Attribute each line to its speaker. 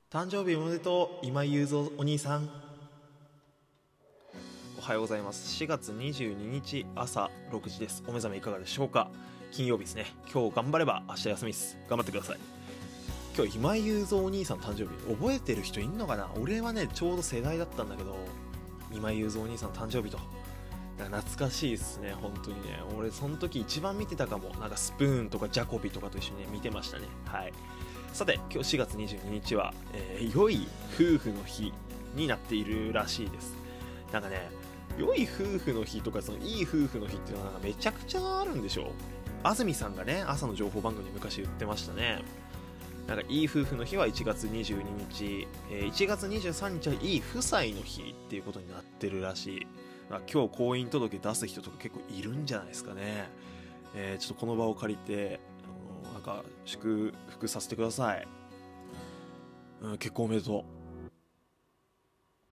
Speaker 1: 誕生日おめでとう今井雄三お兄さん。おはようございます。4月22日朝6時です。お目覚めいかがでしょうか。金曜日ですね。今日頑張れば明日休みです。頑張ってください。今日今井雄三お兄さん誕生日覚えてる人いんのかな。俺はねちょうど世代だったんだけど、今井雄三お兄さん誕生日と懐かしいですね。本当にね、俺その時一番見てたかも。なんかスプーンとかジャコビとかと一緒に、ね、見てましたね。はい。さて今日4月22日は、良い夫婦の日になっているらしいです。なんかね、良い夫婦の日とかそのいい夫婦の日っていうのはなんかめちゃくちゃあるんでしょ。安住さんがね朝の情報番組に昔言ってましたね。なんかいい夫婦の日は1月22日、1月23日はいい夫妻の日っていうことになってるらしい。今日婚姻届出す人とか結構いるんじゃないですかね。ちょっとこの場を借りてなんか祝福させてください。結婚おめでとう。